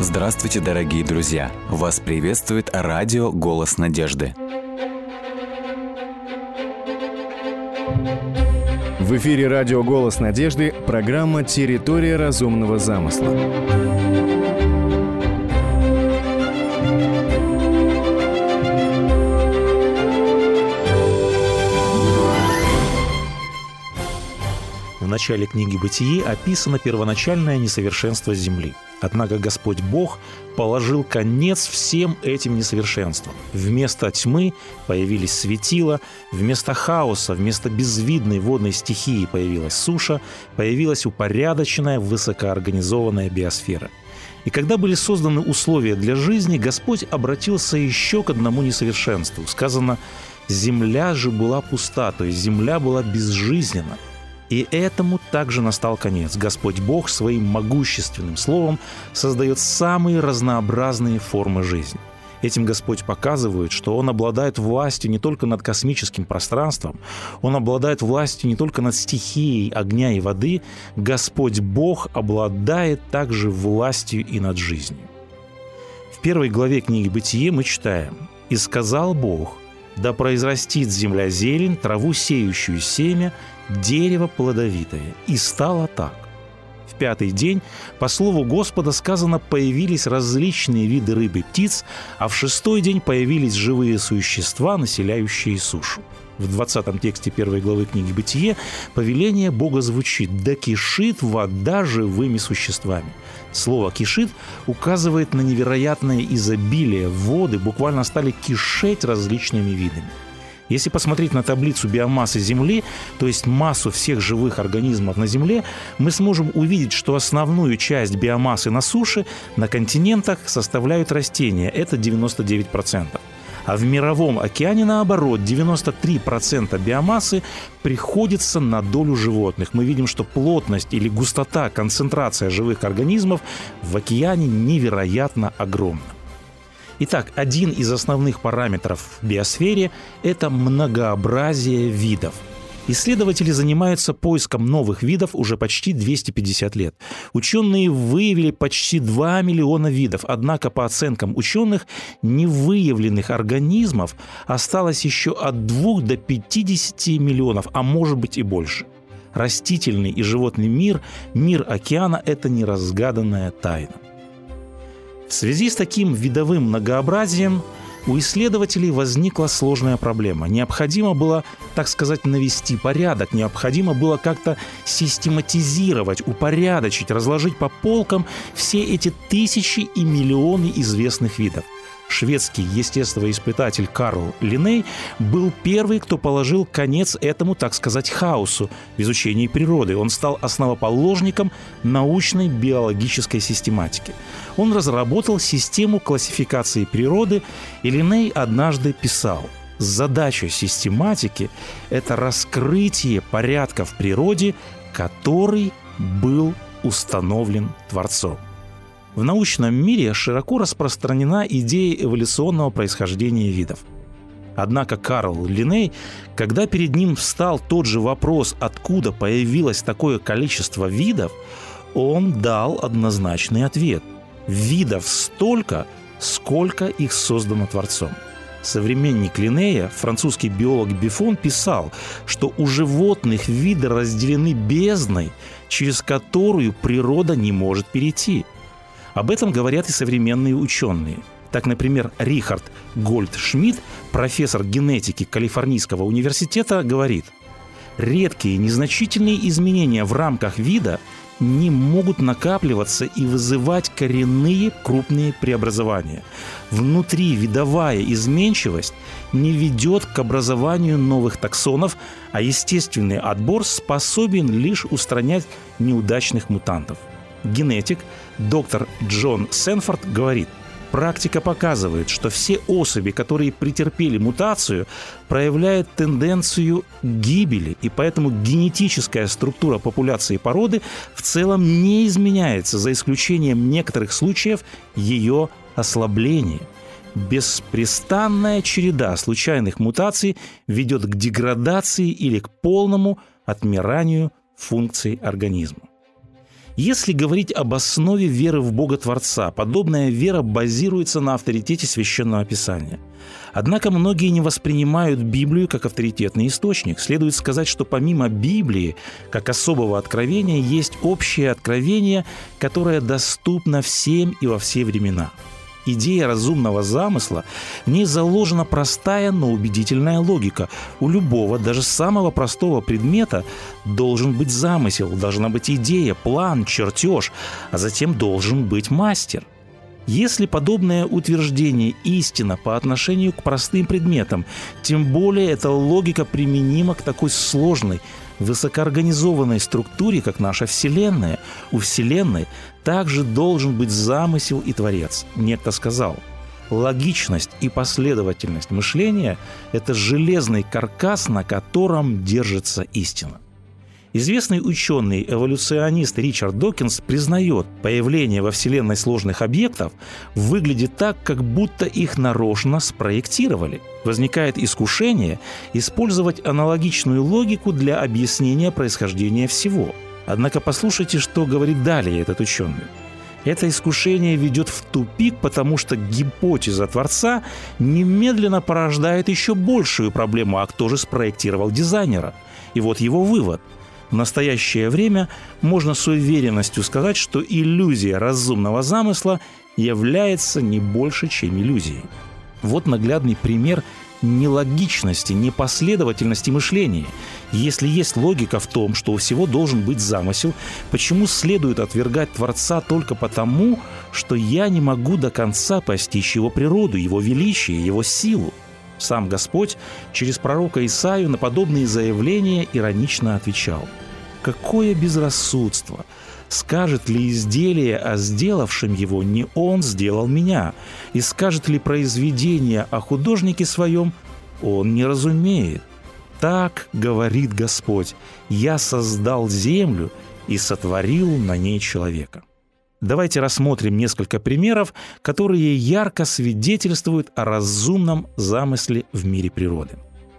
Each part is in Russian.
Здравствуйте, дорогие друзья! Вас приветствует радио «Голос надежды». В эфире радио «Голос надежды» программа «Территория разумного замысла». В начале книги «Бытие» описано первоначальное несовершенство земли. Однако Господь Бог положил конец всем этим несовершенствам. Вместо тьмы появились светила, вместо хаоса, вместо безвидной водной стихии появилась суша, появилась упорядоченная, высокоорганизованная биосфера. И когда были созданы условия для жизни, Господь обратился еще к одному несовершенству. Сказано: «Земля же была пуста», то есть земля была безжизненна. И этому также настал конец. Господь Бог своим могущественным словом создает самые разнообразные формы жизни. Этим Господь показывает, что Он обладает властью не только над космическим пространством, Он обладает властью не только над стихией огня и воды, Господь Бог обладает также властью и над жизнью. В первой главе книги «Бытие» мы читаем: «И сказал Бог: да произрастит земля зелень, траву сеющую семя, дерево плодовитое. И стало так». В пятый день, по слову Господа, сказано, появились различные виды рыб и птиц, а в шестой день появились живые существа, населяющие сушу. В 20 тексте первой главы книги «Бытие» повеление Бога звучит: «Да кишит вода живыми существами». Слово «кишит» указывает на невероятное изобилие. Воды буквально стали кишеть различными видами. Если посмотреть на таблицу биомассы Земли, то есть массу всех живых организмов на Земле, мы сможем увидеть, что основную часть биомассы на суше, на континентах составляют растения. Это 99%. А в мировом океане, наоборот, 93% биомассы приходится на долю животных. Мы видим, что плотность или густота, концентрация живых организмов в океане невероятно огромна. Итак, один из основных параметров в биосфере – это многообразие видов. Исследователи занимаются поиском новых видов уже почти 250 лет. Ученые выявили почти 2 миллиона видов, однако по оценкам ученых, невыявленных организмов осталось еще от 2 до 50 миллионов, а может быть и больше. Растительный и животный мир, мир океана – это неразгаданная тайна. В связи с таким видовым многообразием у исследователей возникла сложная проблема. Необходимо было, так сказать, навести порядок, необходимо было как-то систематизировать, упорядочить, разложить по полкам все эти тысячи и миллионы известных видов. Шведский естествоиспытатель Карл Линней был первый, кто положил конец этому, так сказать, хаосу в изучении природы. Он стал основоположником научной биологической систематики. Он разработал систему классификации природы, и Линней однажды писал: «Задача систематики – это раскрытие порядка в природе, который был установлен Творцом». В научном мире широко распространена идея эволюционного происхождения видов. Однако Карл Линней, когда перед ним встал тот же вопрос, откуда появилось такое количество видов, он дал однозначный ответ: видов столько, сколько их создано Творцом. Современник Линнея, французский биолог Бифон, писал, что у животных виды разделены бездной, через которую природа не может перейти. Об этом говорят и современные ученые. Так, например, Рихард Гольдшмидт, профессор генетики Калифорнийского университета, говорит: редкие незначительные изменения в рамках вида не могут накапливаться и вызывать коренные крупные преобразования. Внутривидовая изменчивость не ведет к образованию новых таксонов, а естественный отбор способен лишь устранять неудачных мутантов. Генетик доктор Джон Сенфорд говорит: практика показывает, что все особи, которые претерпели мутацию, проявляют тенденцию к гибели, и поэтому генетическая структура популяции породы в целом не изменяется, за исключением некоторых случаев ее ослабления. Беспрестанная череда случайных мутаций ведет к деградации или к полному отмиранию функций организма. Если говорить об основе веры в Бога Творца, подобная вера базируется на авторитете Священного Писания. Однако многие не воспринимают Библию как авторитетный источник. Следует сказать, что помимо Библии, как особого откровения, есть общее откровение, которое доступно всем и во все времена. Идея разумного замысла, в ней заложена простая, но убедительная логика. У любого, даже самого простого предмета должен быть замысел, должна быть идея, план, чертеж, а затем должен быть мастер. Если подобное утверждение истина по отношению к простым предметам, тем более эта логика применима к такой сложной, высокоорганизованной структуре, как наша Вселенная. У Вселенной также должен быть замысел и Творец. Некто сказал: логичность и последовательность мышления – это железный каркас, на котором держится истина. Известный ученый-эволюционист Ричард Докинс признает, появление во Вселенной сложных объектов выглядит так, как будто их нарочно спроектировали. Возникает искушение использовать аналогичную логику для объяснения происхождения всего. Однако послушайте, что говорит далее этот ученый. Это искушение ведет в тупик, потому что гипотеза Творца немедленно порождает еще большую проблему, а кто же спроектировал дизайнера? И вот его вывод. В настоящее время можно с уверенностью сказать, что иллюзия разумного замысла является не больше, чем иллюзией. Вот наглядный пример нелогичности, непоследовательности мышления. Если есть логика в том, что у всего должен быть замысел, почему следует отвергать Творца только потому, что я не могу до конца постичь его природу, его величие, его силу? Сам Господь через пророка Исаию на подобные заявления иронично отвечал: «Какое безрассудство! Скажет ли изделие о сделавшем его, не он сделал меня? И скажет ли произведение о художнике своем, он не разумеет? Так говорит Господь: я создал землю и сотворил на ней человека». Давайте рассмотрим несколько примеров, которые ярко свидетельствуют о разумном замысле в мире природы.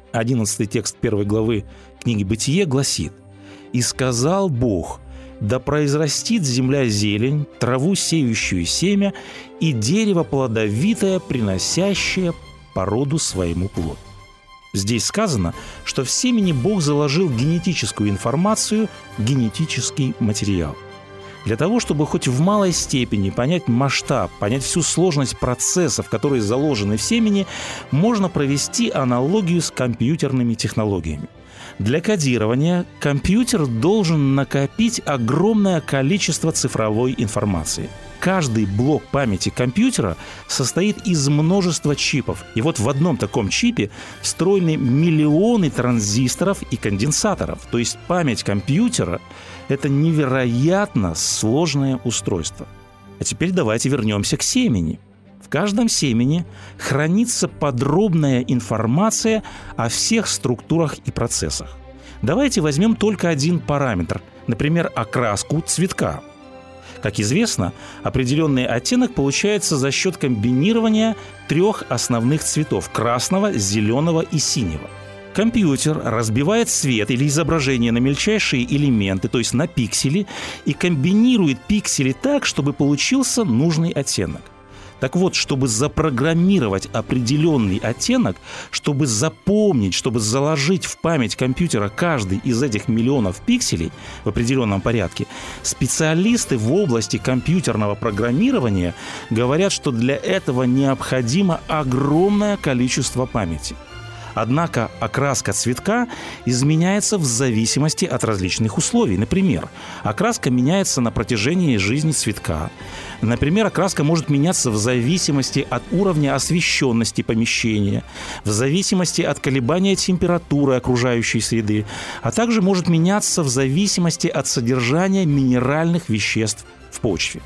11 текст 1 главы книги «Бытие» гласит: «И сказал Бог: да произрастит земля зелень, траву, сеющую семя, и дерево плодовитое, приносящее по роду своему плод». Здесь сказано, что в семени Бог заложил генетическую информацию, генетический материал. Для того, чтобы хоть в малой степени понять масштаб, понять всю сложность процессов, которые заложены в семени, можно провести аналогию с компьютерными технологиями. Для кодирования компьютер должен накопить огромное количество цифровой информации. Каждый блок памяти компьютера состоит из множества чипов. И вот в одном таком чипе встроены миллионы транзисторов и конденсаторов. То есть память компьютера – это невероятно сложное устройство. А теперь давайте вернемся к семени. В каждом семени хранится подробная информация о всех структурах и процессах. Давайте возьмем только один параметр, например, окраску цветка. Как известно, определенный оттенок получается за счет комбинирования 3 основных цветов – красного, зеленого и синего. Компьютер разбивает цвет или изображение на мельчайшие элементы, то есть на пиксели, и комбинирует пиксели так, чтобы получился нужный оттенок. Так вот, чтобы запрограммировать определенный оттенок, чтобы запомнить, чтобы заложить в память компьютера каждый из этих миллионов пикселей в определенном порядке, специалисты в области компьютерного программирования говорят, что для этого необходимо огромное количество памяти. Однако окраска цветка изменяется в зависимости от различных условий. Например, окраска меняется на протяжении жизни цветка. Например, окраска может меняться в зависимости от уровня освещенности помещения, в зависимости от колебания температуры окружающей среды, а также может меняться в зависимости от содержания минеральных веществ в почве.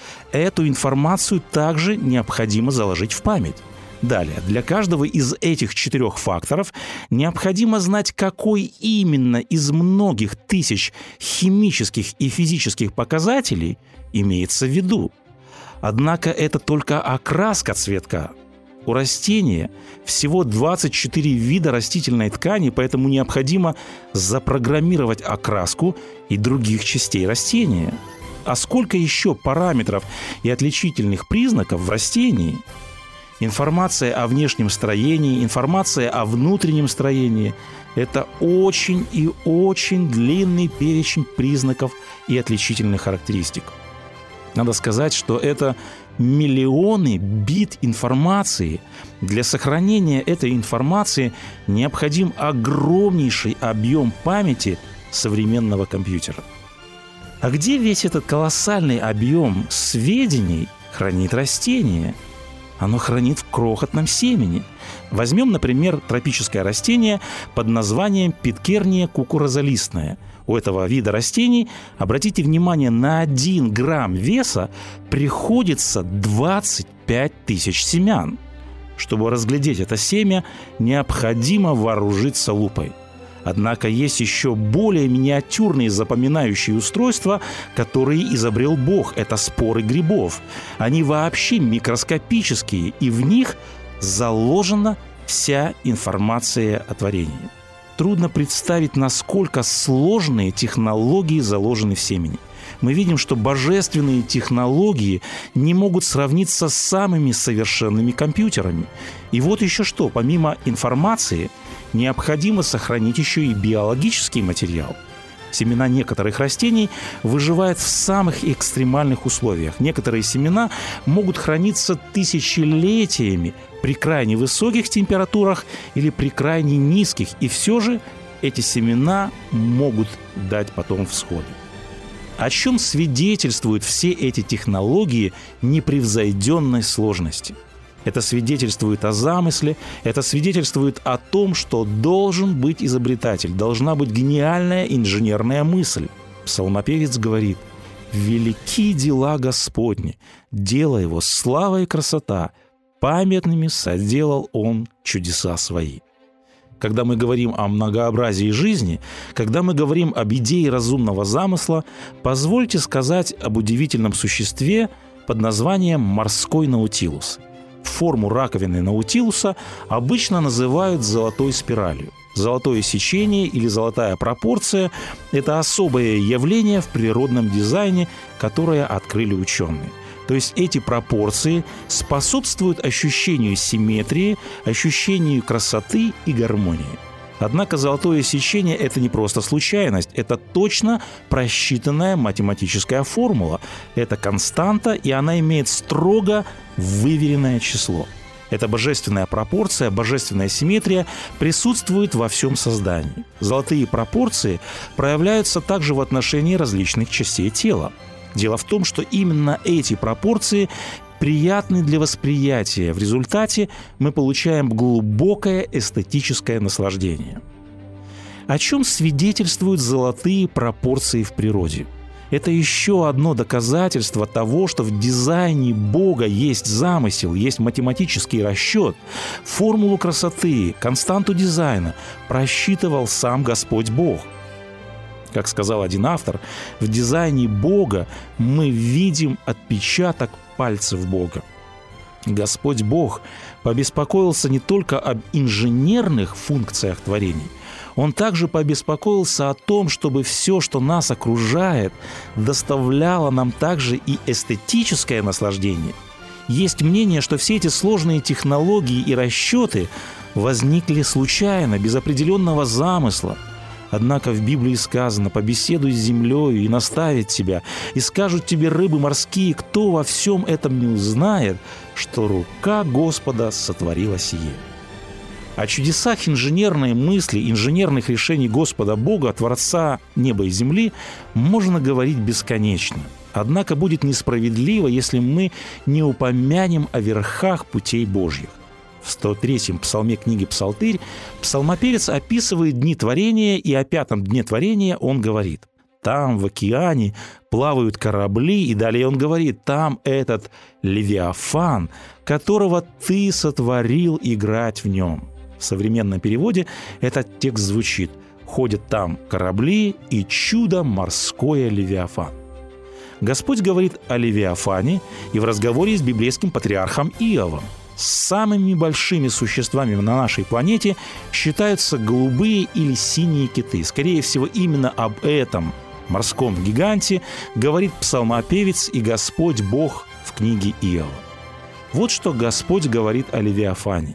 Эту информацию также необходимо заложить в память. Далее, для каждого из этих 4 факторов необходимо знать, какой именно из многих тысяч химических и физических показателей имеется в виду. Однако это только окраска цветка. У растения всего 24 вида растительной ткани, поэтому необходимо запрограммировать окраску и других частей растения. А сколько еще параметров и отличительных признаков в растении? Информация о внешнем строении, информация о внутреннем строении – это очень и очень длинный перечень признаков и отличительных характеристик. Надо сказать, что это миллионы бит информации. Для сохранения этой информации необходим огромнейший объем памяти современного компьютера. А где весь этот колоссальный объем сведений хранит растение? Оно хранит в крохотном семени. Возьмем, например, тропическое растение под названием Питкерния кукурузолистная. У этого вида растений, обратите внимание, на 1 грамм веса приходится 25 тысяч семян. Чтобы разглядеть это семя, необходимо вооружиться лупой. Однако есть еще более миниатюрные запоминающие устройства, которые изобрел Бог. Это споры грибов. Они вообще микроскопические, и в них заложена вся информация о творении. Трудно представить, насколько сложные технологии заложены в семени. Мы видим, что божественные технологии не могут сравниться с самыми совершенными компьютерами. И вот еще что, помимо информации, необходимо сохранить еще и биологический материал. Семена некоторых растений выживают в самых экстремальных условиях. Некоторые семена могут храниться тысячелетиями при крайне высоких температурах или при крайне низких, и все же эти семена могут дать потом всходы. О чем свидетельствуют все эти технологии непревзойденной сложности? Это свидетельствует о замысле, это свидетельствует о том, что должен быть изобретатель, должна быть гениальная инженерная мысль. Псалмопевец говорит: «Велики дела Господни, дело Его слава и красота, памятными соделал Он чудеса Свои». Когда мы говорим о многообразии жизни, когда мы говорим об идее разумного замысла, позвольте сказать об удивительном существе под названием морской наутилус. Форму раковины наутилуса обычно называют золотой спиралью. Золотое сечение или золотая пропорция – это особое явление в природном дизайне, которое открыли ученые. То есть эти пропорции способствуют ощущению симметрии, ощущению красоты и гармонии. Однако золотое сечение – это не просто случайность, это точно просчитанная математическая формула. Это константа, и она имеет строго выверенное число. Эта божественная пропорция, божественная симметрия присутствует во всем создании. Золотые пропорции проявляются также в отношении различных частей тела. Дело в том, что именно эти пропорции приятны для восприятия. В результате мы получаем глубокое эстетическое наслаждение. О чем свидетельствуют золотые пропорции в природе? Это еще одно доказательство того, что в дизайне Бога есть замысел, есть математический расчет. Формулу красоты, константу дизайна просчитывал сам Господь Бог. Как сказал один автор, в дизайне Бога мы видим отпечаток пальцев Бога. Господь Бог побеспокоился не только об инженерных функциях творений, Он также побеспокоился о том, чтобы все, что нас окружает, доставляло нам также и эстетическое наслаждение. Есть мнение, что все эти сложные технологии и расчеты возникли случайно, без определенного замысла. Однако в Библии сказано: «Побеседуй с землей и наставит тебя, и скажут тебе рыбы морские, кто во всем этом не узнает, что рука Господа сотворила сие». О чудесах инженерной мысли, инженерных решений Господа Бога, Творца неба и земли, можно говорить бесконечно. Однако будет несправедливо, если мы не упомянем о верхах путей Божьих. В 103-м псалме книги «Псалтырь» псалмопевец описывает дни творения, и о 5-м дне творения он говорит: «Там, в океане, плавают корабли», и далее он говорит: «Там этот Левиафан, которого ты сотворил играть в нем». В современном переводе этот текст звучит: «Ходят там корабли и чудо морское Левиафан». Господь говорит о Левиафане и в разговоре с библейским патриархом Иовом. Самыми большими существами на нашей планете считаются голубые или синие киты. Скорее всего, именно об этом морском гиганте, говорит псалмопевец и Господь Бог в книге Иова. Вот что Господь говорит о Левиафане.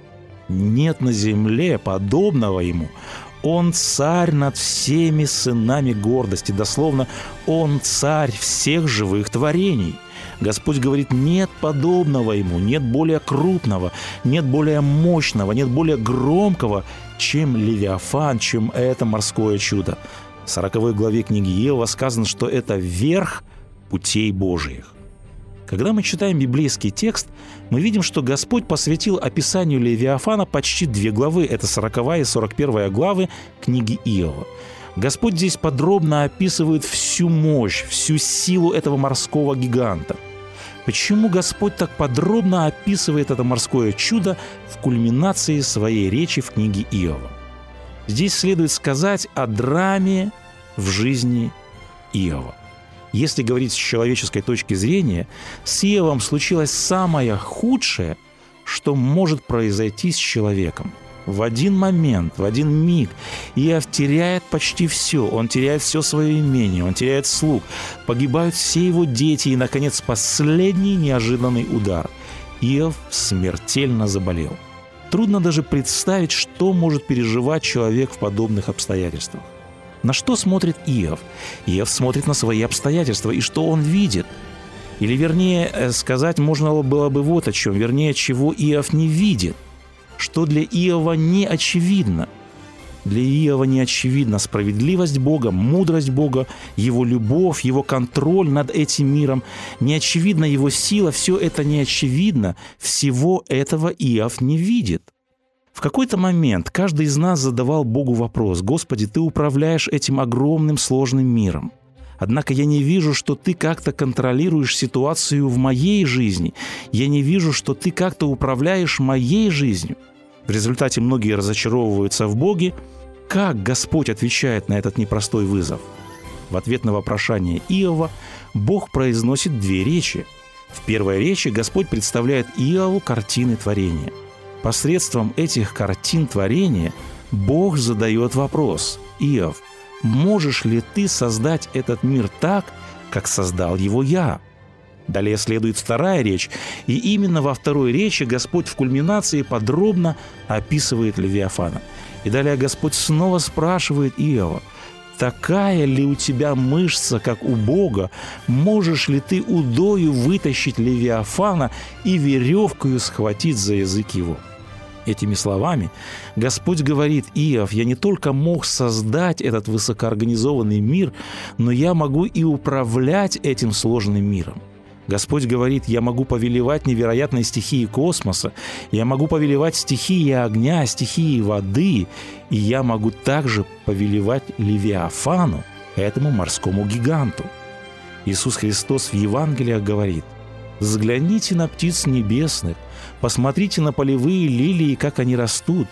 «Нет на земле подобного ему. Он царь над всеми сынами гордости». Дословно, он царь всех живых творений. Господь говорит, нет подобного ему, нет более крупного, нет более мощного, нет более громкого, чем Левиафан, чем это морское чудо. В 40 главе книги Иова сказано, что это верх путей Божьих. Когда мы читаем библейский текст, мы видим, что Господь посвятил описанию Левиафана почти 2 главы. Это 40 и 41 главы книги Иова. Господь здесь подробно описывает всю мощь, всю силу этого морского гиганта. Почему Господь так подробно описывает это морское чудо в кульминации своей речи в книге Иова? Здесь следует сказать о драме в жизни Иова. Если говорить с человеческой точки зрения, с Иовом случилось самое худшее, что может произойти с человеком. В один момент, в один миг Иов теряет почти все. Он теряет все свое имение, он теряет слуг, погибают все его дети, и, наконец, последний неожиданный удар. Иов смертельно заболел. Трудно даже представить, что может переживать человек в подобных обстоятельствах. На что смотрит Иов? Иов смотрит на свои обстоятельства, и что он видит? Или, вернее, сказать можно было бы вот о чем, вернее, чего Иов не видит. Что для Иова не очевидно. Для Иова не очевидна справедливость Бога, мудрость Бога, Его любовь, Его контроль над этим миром. Не очевидна Его сила, все это не очевидно. Всего этого Иов не видит. В какой-то момент каждый из нас задавал Богу вопрос: «Господи, Ты управляешь этим огромным сложным миром. Однако я не вижу, что Ты как-то контролируешь ситуацию в моей жизни. Я не вижу, что Ты как-то управляешь моей жизнью». В результате многие разочаровываются в Боге. Как Господь отвечает на этот непростой вызов? В ответ на вопрошание Иова Бог произносит 2 речи. В первой речи Господь представляет Иову картины творения. Посредством этих картин творения Бог задает вопрос: «Иов, можешь ли ты создать этот мир так, как создал его я?» Далее следует вторая речь, и именно во второй речи Господь в кульминации подробно описывает Левиафана. И далее Господь снова спрашивает Иова: «Такая ли у тебя мышца, как у Бога? Можешь ли ты удою вытащить Левиафана и веревкою схватить за язык его?» Этими словами Господь говорит: «Иов, я не только мог создать этот высокоорганизованный мир, но я могу и управлять этим сложным миром». Господь говорит: «Я могу повелевать невероятной стихией космоса, я могу повелевать стихией огня, стихией воды, и я могу также повелевать Левиафану, этому морскому гиганту». Иисус Христос в Евангелиях говорит: «Взгляните на птиц небесных, посмотрите на полевые лилии, как они растут».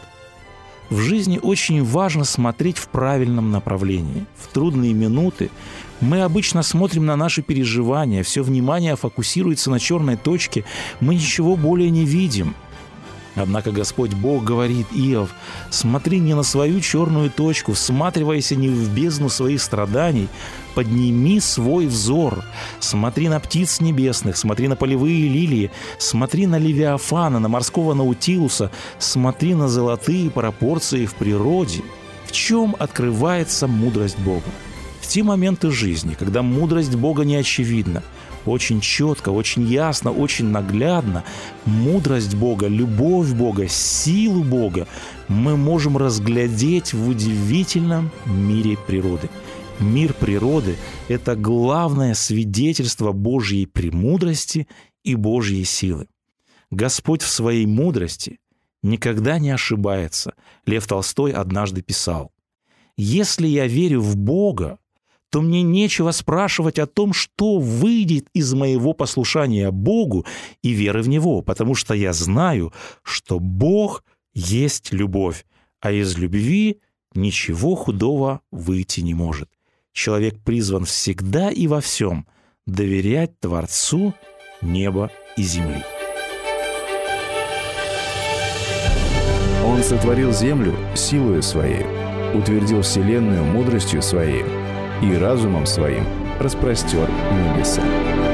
В жизни очень важно смотреть в правильном направлении. В трудные минуты мы обычно смотрим на наши переживания, все внимание фокусируется на черной точке, мы ничего более не видим. Однако Господь Бог говорит: «Иов, смотри не на свою черную точку, всматривайся не в бездну своих страданий, подними свой взор, смотри на птиц небесных, смотри на полевые лилии, смотри на Левиафана, на морского наутилуса, смотри на золотые пропорции в природе». В чем открывается мудрость Бога? В те моменты жизни, когда мудрость Бога не очевидна, очень четко, очень ясно, очень наглядно мудрость Бога, любовь Бога, силу Бога мы можем разглядеть в удивительном мире природы. Мир природы – это главное свидетельство Божьей премудрости и Божьей силы. Господь в своей мудрости никогда не ошибается. Лев Толстой однажды писал: «Если я верю в Бога, то мне нечего спрашивать о том, что выйдет из моего послушания Богу и веры в Него, потому что я знаю, что Бог есть любовь, а из любви ничего худого выйти не может». Человек призван всегда и во всем доверять Творцу неба и земли. Он сотворил землю силою своей, утвердил вселенную мудростью своей. и разумом своим распростер небеса.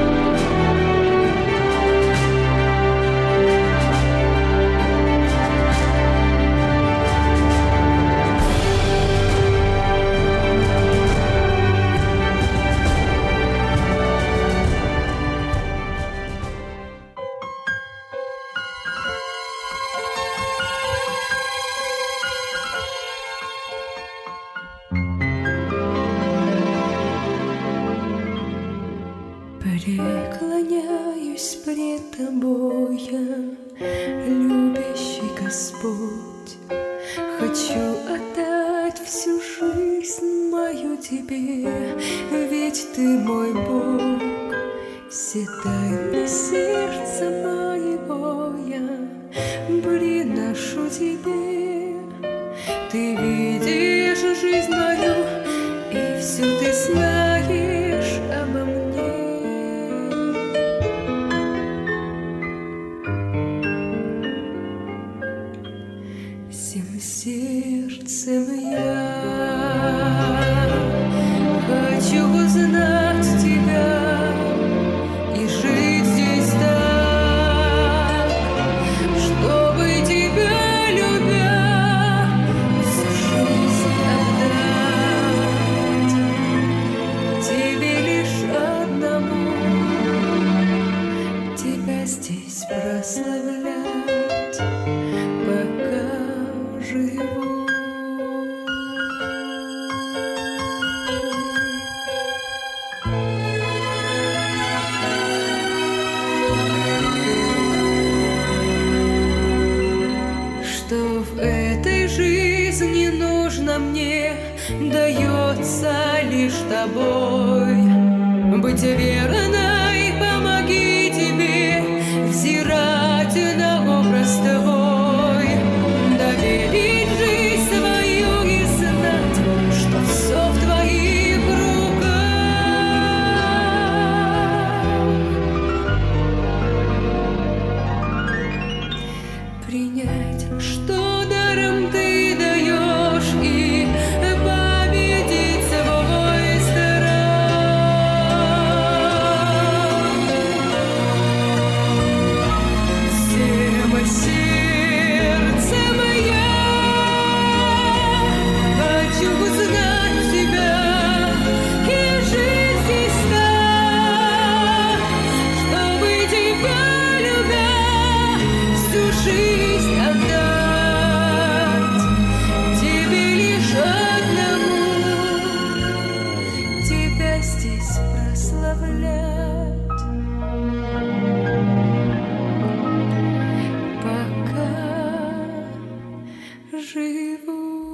Преклоняюсь пред Тобою, любящий Господь. Хочу отдать всю жизнь мою Тебе, ведь Ты мой Бог. Все тайны сердца моего я приношу Тебе. Ты видишь жизнь мою, и все Ты знаешь обо мне. Всем сердцем я хочу узнать Тебя и жить здесь так, чтобы Тебя любя всю жизнь отдать Тебе лишь одному, Тебя здесь прославлять, пока живу. Что в этой жизни нужно мне, дается лишь Тобой. Быть верной, помоги Тебе взирать на образ Твой, доверить жизнь свою и знать, что все в Твоих руках. Принять, что даром Ты даешь, и победить свой страх. Всем сердцем я хочу узнать Тебя и жить здесь так, чтобы Тебя любя всю жизнь отдать Тебе лишь одному, Тебя здесь прославлять, пока живу.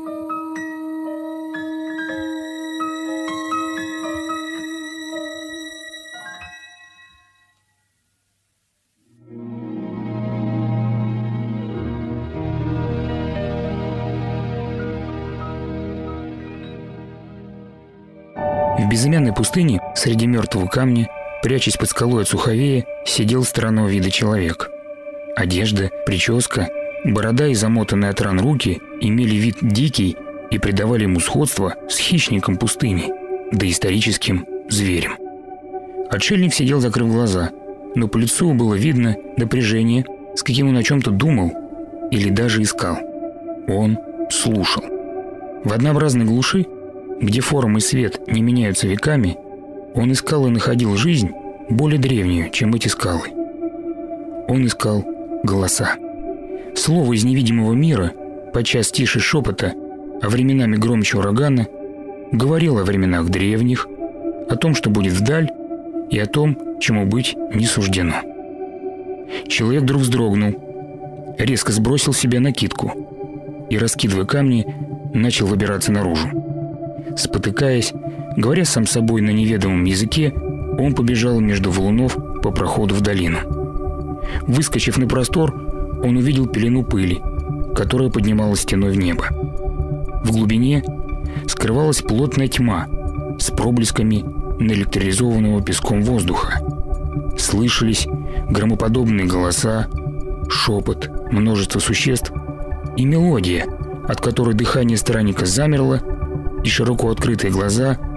В безымянной пустыне, среди мертвого камня, прячась под скалой от суховея, сидел странного вида человек. Одежда, прическа, борода и замотанные от ран руки имели вид дикий и придавали ему сходство с хищником пустыни, доисторическим зверем. Отшельник сидел, закрыв глаза, но по лицу было видно напряжение, с каким он о чем-то думал или даже искал. Он слушал. В однообразной глуши, где форма и свет не меняются веками, он искал и находил жизнь более древнюю, чем эти скалы. Он искал голоса. Слово из невидимого мира, подчас тише шепота, а временами громче урагана, говорило о временах древних, о том, что будет вдаль, и о том, чему быть не суждено. Человек вдруг вздрогнул, резко сбросил с себя накидку и, раскидывая камни, начал выбираться наружу. Спотыкаясь, говоря сам собой на неведомом языке, он побежал между валунов по проходу в долину. Выскочив на простор, он увидел пелену пыли, которая поднималась стеной в небо. В глубине скрывалась плотная тьма с проблесками наэлектризованного песком воздуха. Слышались громоподобные голоса, шепот, множество существ и мелодия, от которой дыхание странника замерло, и широко открытые глаза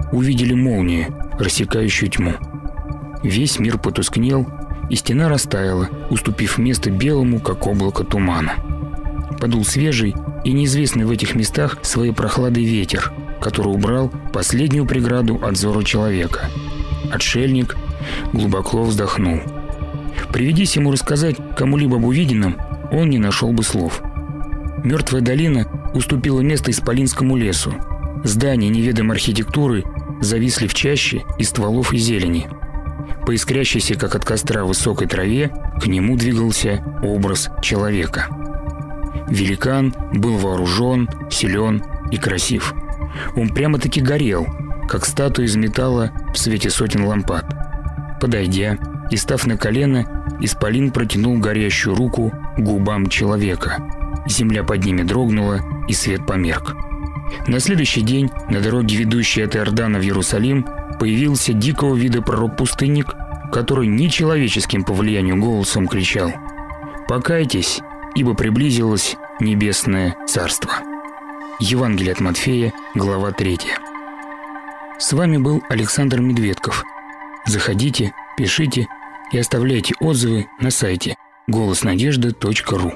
увидели молнию, рассекающую тьму. Весь мир потускнел, и стена растаяла, уступив место белому, как облако, тумана. Подул свежий и неизвестный в этих местах своей прохладой ветер, который убрал последнюю преграду от взора человека. Отшельник глубоко вздохнул. Приведись ему рассказать кому-либо об увиденном, он не нашел бы слов. Мертвая долина уступила место исполинскому лесу. Здания неведомой архитектуры зависли в чаще из стволов и зелени. По искрящейся, как от костра, высокой траве к нему двигался образ человека. Великан был вооружен, силен и красив. Он прямо-таки горел, как статуя из металла в свете сотен лампад. Подойдя и став на колено, исполин протянул горящую руку к губам человека. Земля под ними дрогнула, и свет померк. На следующий день на дороге, ведущей от Иордана в Иерусалим, появился дикого вида пророк-пустынник, который нечеловеческим по влиянию голосом кричал: «Покайтесь, ибо приблизилось небесное царство». Евангелие от Матфея, глава 3. С вами был Александр Медведков. Заходите, пишите и оставляйте отзывы на сайте голоснадежды.ру.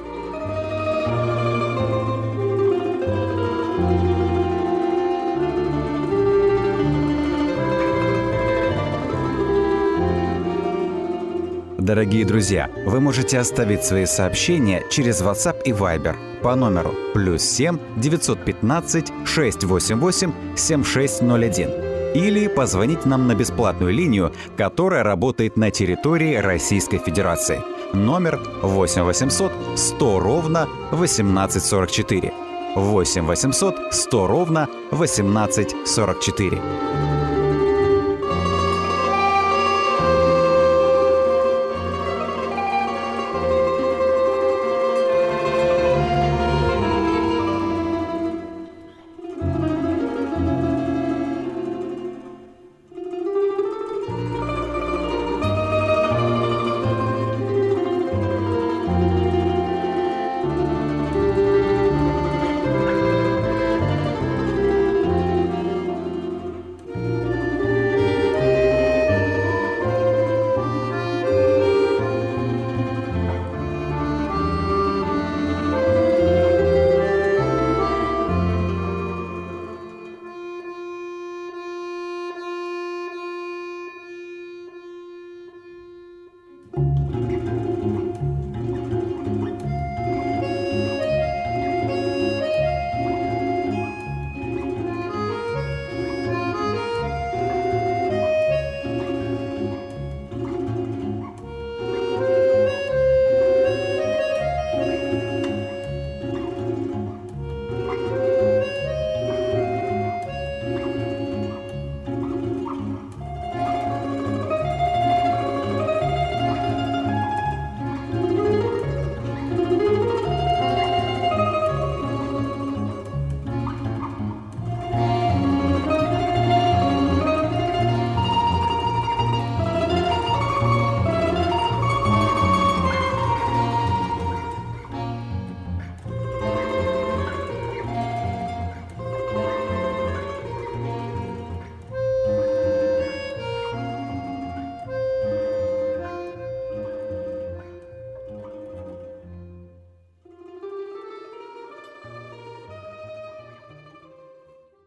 Дорогие друзья, вы можете оставить свои сообщения через WhatsApp и Viber по номеру +7 915 688 7601 или позвонить нам на бесплатную линию, которая работает на территории Российской Федерации. Номер 8 800 100 ровно 1844. 8 800 100 ровно 1844.